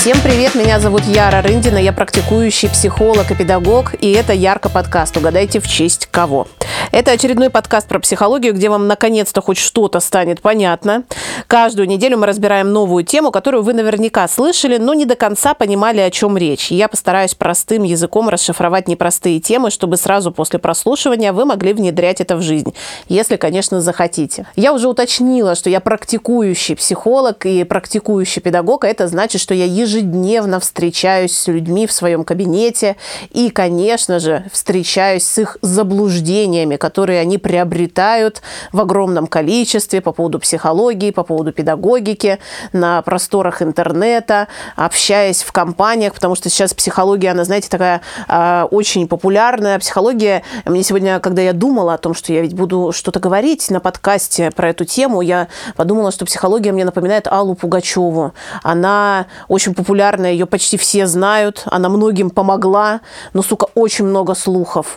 Всем привет, меня зовут Яра Рындина, я практикующий психолог и педагог, и это Ярко подкаст «Угадайте, в честь кого». Это очередной подкаст про психологию, где вам наконец-то хоть что-то станет понятно. Каждую неделю мы разбираем новую тему, которую вы наверняка слышали, но не до конца понимали, о чем речь. Я постараюсь простым языком расшифровать непростые темы, чтобы сразу после прослушивания вы могли внедрять это в жизнь, если, конечно, захотите. Я уже уточнила, что я практикующий психолог и практикующий педагог, а это значит, что я ежедневно встречаюсь с людьми в своем кабинете и, конечно же, встречаюсь с их заблуждениями, которые они приобретают в огромном количестве по поводу психологии, по поводу педагогики, на просторах интернета, общаясь в компаниях, потому что сейчас психология, она, знаете, такая очень популярная. Психология, мне сегодня, когда я думала о том, что я ведь буду что-то говорить на подкасте про эту тему, я подумала, что психология мне напоминает Аллу Пугачеву. Она очень популярная, ее почти все знают, она многим помогла, но, сука, очень много слухов,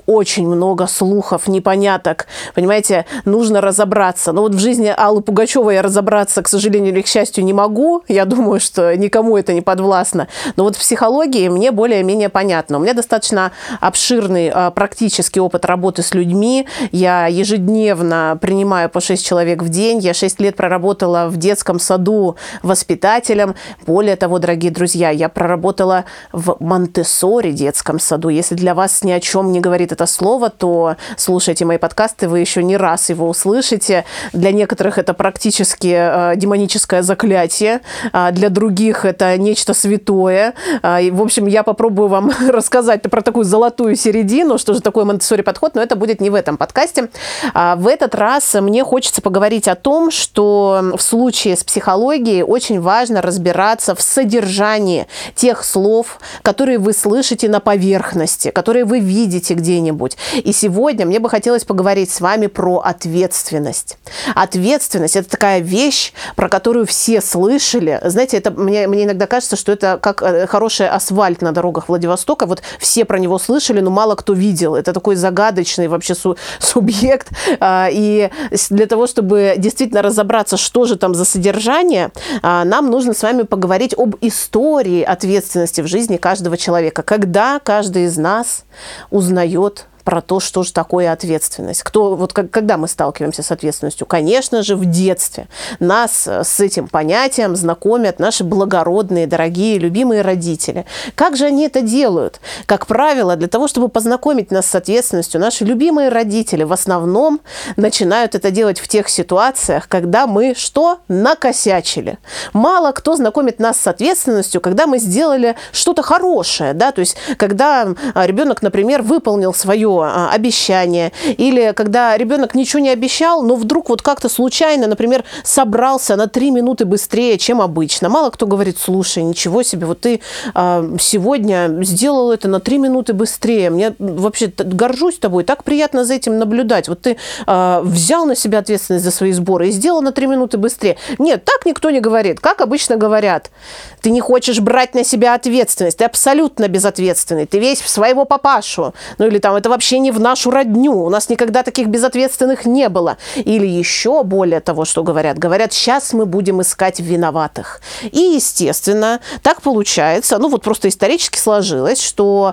непоняток. Понимаете, нужно разобраться. Но вот в жизни Аллы Пугачевой я разобраться, к сожалению или к счастью, не могу. Я думаю, что никому это не подвластно. Но вот в психологии мне более-менее понятно. У меня достаточно обширный практический опыт работы с людьми. Я ежедневно принимаю по 6 человек в день. Я 6 лет проработала в детском саду воспитателем. Более того, дорогие друзья, я проработала в Монтессори детском саду. Если для вас ни о чем не говорит это слово, то слушайте мои подкасты, вы еще не раз его услышите. Для некоторых это практически демоническое заклятие, для других это нечто святое. И, в общем, я попробую вам рассказать про такую золотую середину, что же такое Монтессори подход, но это будет не в этом подкасте. В этот раз мне хочется поговорить о том, что в случае с психологией очень важно разбираться в содержании тех слов, которые вы слышите на поверхности, которые вы видите где-нибудь. И сегодня мне бы хотелось поговорить с вами про ответственность. Ответственность – это такая вещь, про которую все слышали. Знаете, это, мне иногда кажется, что это как хороший асфальт на дорогах Владивостока. Вот все про него слышали, но мало кто видел. Это такой загадочный вообще субъект. И для того, чтобы действительно разобраться, что же там за содержание, нам нужно с вами поговорить об истории ответственности в жизни каждого человека. Когда каждый из нас узнает про то, что же такое ответственность. Когда мы сталкиваемся с ответственностью? Конечно же, в детстве. Нас с этим понятием знакомят наши благородные, дорогие, любимые родители. Как же они это делают? Как правило, для того, чтобы познакомить нас с ответственностью, наши любимые родители в основном начинают это делать в тех ситуациях, когда мы что? Накосячили. Мало кто знакомит нас с ответственностью, когда мы сделали что-то хорошее, да, то есть когда ребенок, например, выполнил свое обещание, или когда ребенок ничего не обещал, но вдруг вот как-то случайно, например, собрался на 3 минуты быстрее, чем обычно. Мало кто говорит: слушай, ничего себе, вот ты сегодня сделал это на 3 минуты быстрее. Мне вообще горжусь тобой, так приятно за этим наблюдать. Вот ты взял на себя ответственность за свои сборы и сделал на 3 минуты быстрее. Нет, так никто не говорит. Как обычно говорят: ты не хочешь брать на себя ответственность, ты абсолютно безответственный, ты весь в своего папашу. Ну или там, это вообще не в нашу родню, у нас никогда таких безответственных не было. Или еще более того, что говорят, сейчас мы будем искать виноватых. И, естественно, так получается, ну вот просто исторически сложилось, что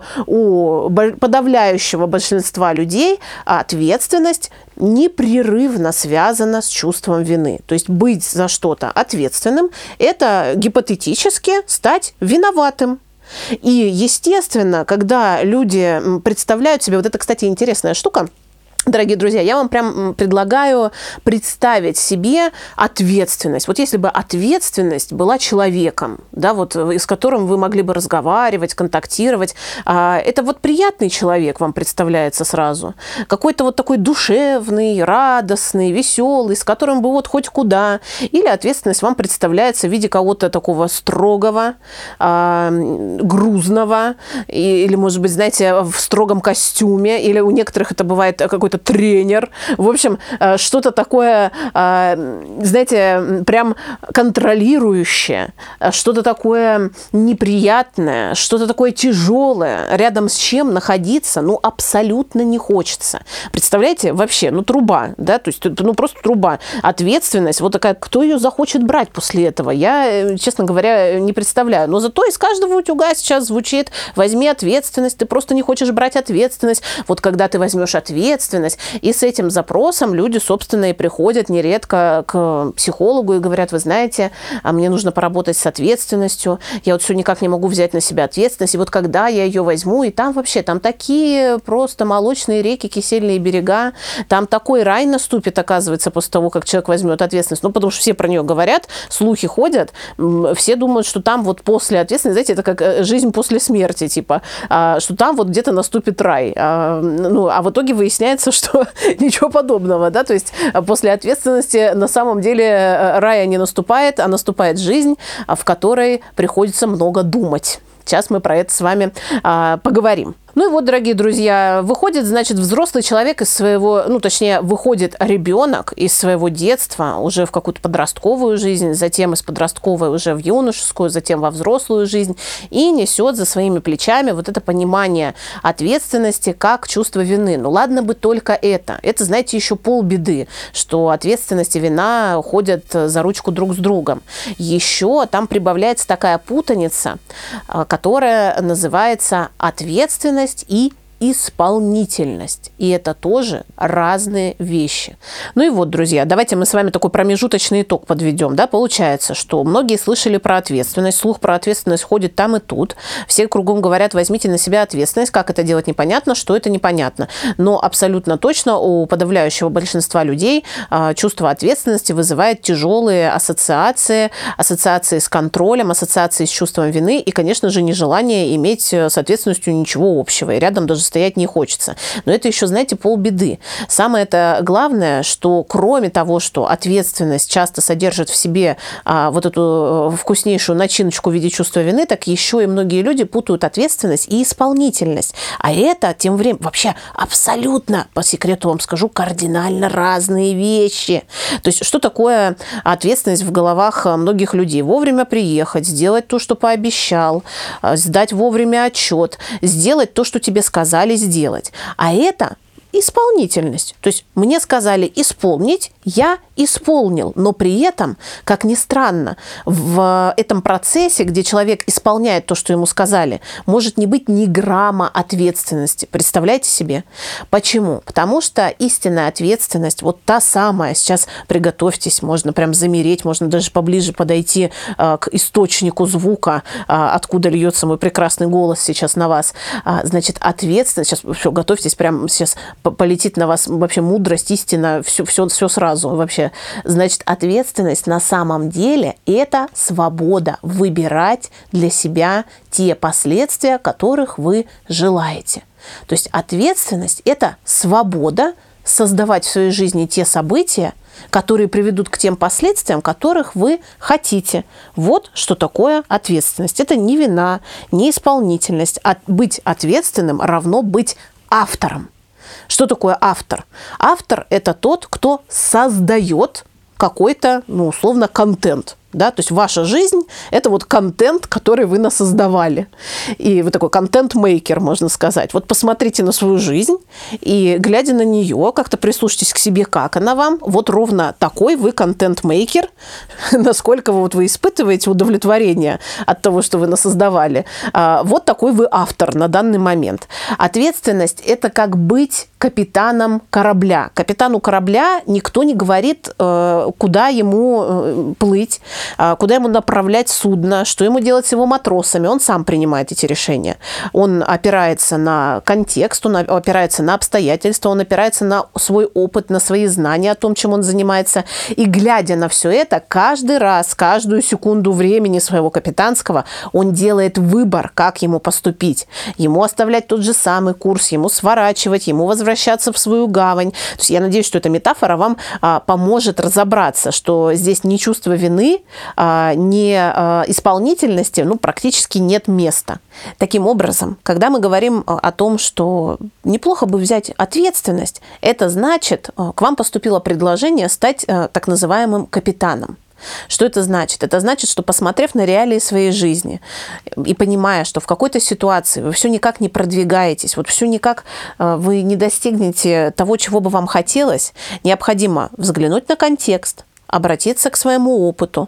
у подавляющего большинства людей ответственность непрерывно связана с чувством вины. То есть быть за что-то ответственным – это гипотетически стать виноватым. И, естественно, когда люди представляют себе, вот это, кстати, интересная штука, дорогие друзья, я вам прям предлагаю представить себе ответственность. Вот если бы ответственность была человеком, да, вот с которым вы могли бы разговаривать, контактировать, это вот приятный человек вам представляется сразу. Какой-то вот такой душевный, радостный, веселый, с которым бы вот хоть куда. Или ответственность вам представляется в виде кого-то такого строгого, грузного, или, может быть, знаете, в строгом костюме, или у некоторых это бывает какой-то какой-то тренер. В общем, что-то такое, знаете, прям контролирующее, что-то такое неприятное, что-то такое тяжелое, рядом с чем находиться, ну, абсолютно не хочется. Представляете, вообще, ну, труба, да, то есть, ну, просто труба. Ответственность, вот такая, кто ее захочет брать после этого? Я, честно говоря, не представляю. Но зато из каждого утюга сейчас звучит: возьми ответственность, ты просто не хочешь брать ответственность. Вот когда ты возьмешь ответственность, и с этим запросом люди, собственно, и приходят нередко к психологу и говорят: вы знаете, мне нужно поработать с ответственностью, я вот все никак не могу взять на себя ответственность, и вот когда я ее возьму, и там вообще, там такие просто молочные реки, кисельные берега, там такой рай наступит, оказывается, после того, как человек возьмет ответственность. Ну, потому что все про нее говорят, слухи ходят, все думают, что там вот после ответственности, знаете, это как жизнь после смерти, типа, что там вот где-то наступит рай. Ну, а в итоге выясняется, что ничего подобного, да, то есть после ответственности на самом деле рая не наступает, а наступает жизнь, в которой приходится много думать. Сейчас мы про это с вами поговорим. Ну и вот, дорогие друзья, выходит, значит, взрослый человек из своего, ну, точнее, выходит ребенок из своего детства уже в какую-то подростковую жизнь, затем из подростковой уже в юношескую, затем во взрослую жизнь, и несет за своими плечами вот это понимание ответственности как чувство вины. Ну, ладно бы только это. Это, знаете, еще полбеды, что ответственность и вина ходят за ручку друг с другом. Еще там прибавляется такая путаница, которая называется ответственность и исполнительность. И это тоже разные вещи. Ну и вот, друзья, давайте мы с вами такой промежуточный итог подведем. Да? Получается, что многие слышали про ответственность, слух про ответственность ходит там и тут. Все кругом говорят: возьмите на себя ответственность. Как это делать, непонятно, что это непонятно. Но абсолютно точно у подавляющего большинства людей чувство ответственности вызывает тяжелые ассоциации с контролем, ассоциации с чувством вины и, конечно же, нежелание иметь с ответственностью ничего общего. И рядом даже стоять не хочется. Но это еще, знаете, полбеды. Самое это главное, что кроме того, что ответственность часто содержит в себе вот эту вкуснейшую начиночку в виде чувства вины, так еще и многие люди путают ответственность и исполнительность. А это тем временем вообще абсолютно, по секрету вам скажу, кардинально разные вещи. То есть что такое ответственность в головах многих людей? Вовремя приехать, сделать то, что пообещал, сдать вовремя отчет, сделать то, что тебе сказали сделать. А это исполнительность. То есть мне сказали исполнить, я исполнил. Но при этом, как ни странно, в этом процессе, где человек исполняет то, что ему сказали, может не быть ни грамма ответственности. Представляете себе? Почему? Потому что истинная ответственность, вот та самая, сейчас приготовьтесь, можно прям замереть, можно даже поближе подойти к источнику звука, откуда льется мой прекрасный голос сейчас на вас. Значит, ответственность, сейчас все, готовьтесь, прям сейчас полетит на вас вообще мудрость, истина, все сразу вообще. Значит, ответственность на самом деле – это свобода выбирать для себя те последствия, которых вы желаете. То есть ответственность – это свобода создавать в своей жизни те события, которые приведут к тем последствиям, которых вы хотите. Вот что такое ответственность. Это не вина, не исполнительность. Быть ответственным равно быть автором. Что такое автор? Автор – это тот, кто создает какой-то, ну, условно, контент. Да? То есть ваша жизнь – это вот контент, который вы насоздавали. И вы такой контент-мейкер, можно сказать. Вот посмотрите на свою жизнь и, глядя на нее, как-то прислушайтесь к себе, как она вам. Вот ровно такой вы контент-мейкер. Насколько вы испытываете удовлетворение от того, что вы насоздавали. Вот такой вы автор на данный момент. Ответственность – это как быть капитаном корабля. Капитану корабля никто не говорит, куда ему плыть, куда ему направлять судно, что ему делать с его матросами. Он сам принимает эти решения. Он опирается на контекст, он опирается на обстоятельства, он опирается на свой опыт, на свои знания о том, чем он занимается. И глядя на все это, каждый раз, каждую секунду времени своего капитанского, он делает выбор, как ему поступить. Ему оставлять тот же самый курс, ему сворачивать, ему возвращаться возвращаться в свою гавань. То есть я надеюсь, что эта метафора вам поможет разобраться, что здесь ни чувства вины, ни исполнительности практически нет места. Таким образом, когда мы говорим о том, что неплохо бы взять ответственность, это значит, к вам поступило предложение стать так называемым капитаном. Что это значит? Это значит, что, посмотрев на реалии своей жизни и понимая, что в какой-то ситуации вы все никак не продвигаетесь, все никак вы не достигнете того, чего бы вам хотелось, необходимо взглянуть на контекст, обратиться к своему опыту.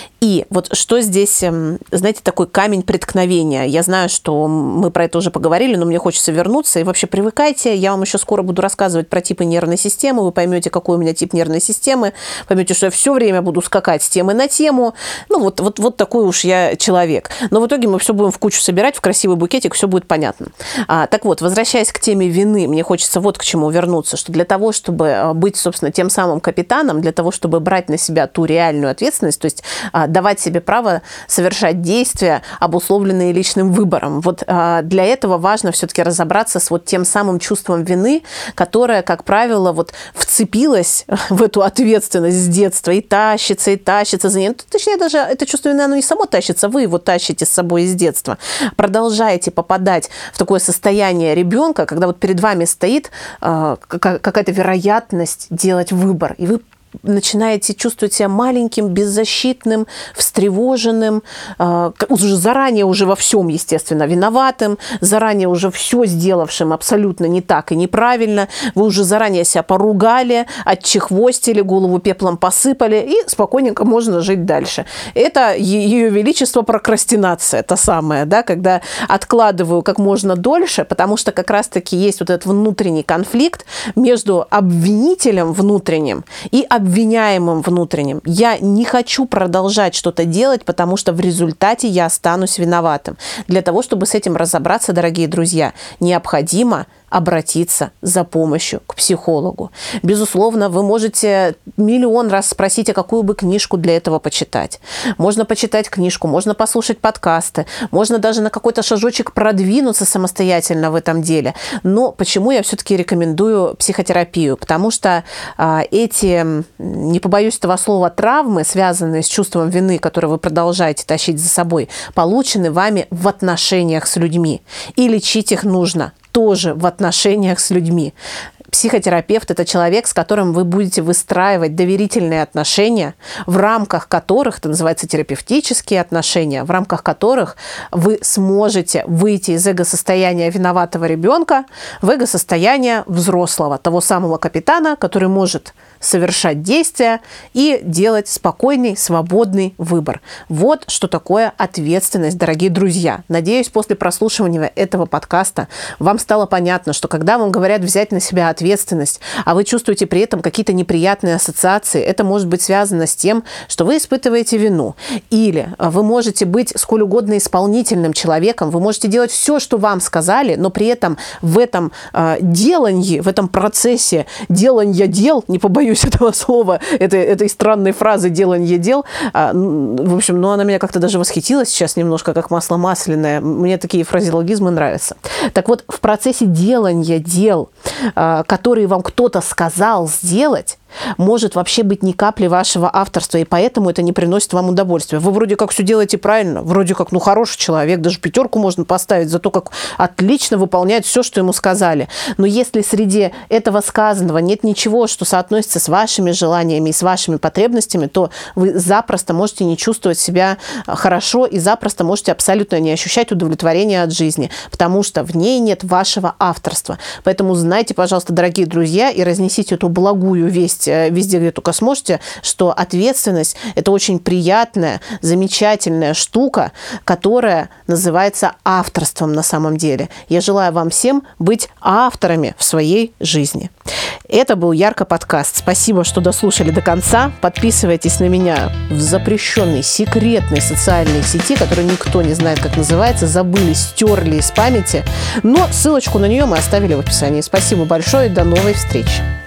И что здесь, знаете, такой камень преткновения. Я знаю, что мы про это уже поговорили, но мне хочется вернуться. И вообще привыкайте, я вам еще скоро буду рассказывать про типы нервной системы. Вы поймете, какой у меня тип нервной системы. Поймете, что я все время буду скакать с темы на тему. Вот такой уж я человек. Но в итоге мы все будем в кучу собирать, в красивый букетик, все будет понятно. Так вот, возвращаясь к теме вины, мне хочется к чему вернуться, что для того, чтобы быть, собственно, тем самым капитаном, для того, чтобы брать на себя ту реальную ответственность, то есть давать себе право совершать действия, обусловленные личным выбором. Для этого важно все-таки разобраться с тем самым чувством вины, которое, как правило, вцепилось в эту ответственность с детства и тащится за ней. Точнее, даже это чувство вины, оно не само тащится, вы его тащите с собой из детства. Продолжаете попадать в такое состояние ребенка, когда перед вами стоит какая-то вероятность делать выбор, и вы начинаете чувствовать себя маленьким, беззащитным, встревоженным, уже заранее во всем, естественно, виноватым, заранее уже все сделавшим абсолютно не так и неправильно. Вы уже заранее себя поругали, отчехвостили, голову пеплом посыпали, и спокойненько можно жить дальше. Это Ее Величество прокрастинация, та самая, когда откладываю как можно дольше, потому что как раз-таки есть этот внутренний конфликт между обвинителем внутренним и обвиняемым внутренним. Я не хочу продолжать что-то делать, потому что в результате я останусь виноватым. Для того, чтобы с этим разобраться, дорогие друзья, необходимо обратиться за помощью к психологу. Безусловно, вы можете миллион раз спросить, а какую бы книжку для этого почитать. Можно почитать книжку, можно послушать подкасты, можно даже на какой-то шажочек продвинуться самостоятельно в этом деле. Но почему я все-таки рекомендую психотерапию? Потому что эти, не побоюсь этого слова, травмы, связанные с чувством вины, которые вы продолжаете тащить за собой, получены вами в отношениях с людьми. И лечить их нужно тоже в отношениях с людьми. Психотерапевт – это человек, с которым вы будете выстраивать доверительные отношения, в рамках которых, это называется терапевтические отношения, в рамках которых вы сможете выйти из эго-состояния виноватого ребенка в эго-состояние взрослого, того самого капитана, который может совершать действия и делать спокойный, свободный выбор. Вот что такое ответственность, дорогие друзья. Надеюсь, после прослушивания этого подкаста вам стало понятно, что когда вам говорят взять на себя ответственность, а вы чувствуете при этом какие-то неприятные ассоциации, это может быть связано с тем, что вы испытываете вину. Или вы можете быть сколь угодно исполнительным человеком, вы можете делать все, что вам сказали, но при этом в этом делании, в этом процессе деланья дел, не побоюсь этого слова, этой странной фразы «деланье дел», в общем, она меня как-то даже восхитила сейчас немножко, как масло масляное. Мне такие фразеологизмы нравятся. Так вот, в процессе деланья дел, которые вам кто-то сказал сделать, может вообще быть ни капли вашего авторства, и поэтому это не приносит вам удовольствия. Вы вроде как все делаете правильно, вроде как, хороший человек, даже 5 можно поставить за то, как отлично выполняет все, что ему сказали. Но если среди этого сказанного нет ничего, что соотносится с вашими желаниями и с вашими потребностями, то вы запросто можете не чувствовать себя хорошо и запросто можете абсолютно не ощущать удовлетворения от жизни, потому что в ней нет вашего авторства. Поэтому знайте, пожалуйста, дорогие друзья, и разнесите эту благую весть везде, где только сможете, что ответственность – это очень приятная, замечательная штука, которая называется авторством на самом деле. Я желаю вам всем быть авторами в своей жизни. Это был Ярко подкаст. Спасибо, что дослушали до конца. Подписывайтесь на меня в запрещенной, секретной социальной сети, которую никто не знает, как называется. Забыли, стерли из памяти. Но ссылочку на нее мы оставили в описании. Спасибо большое и до новой встречи.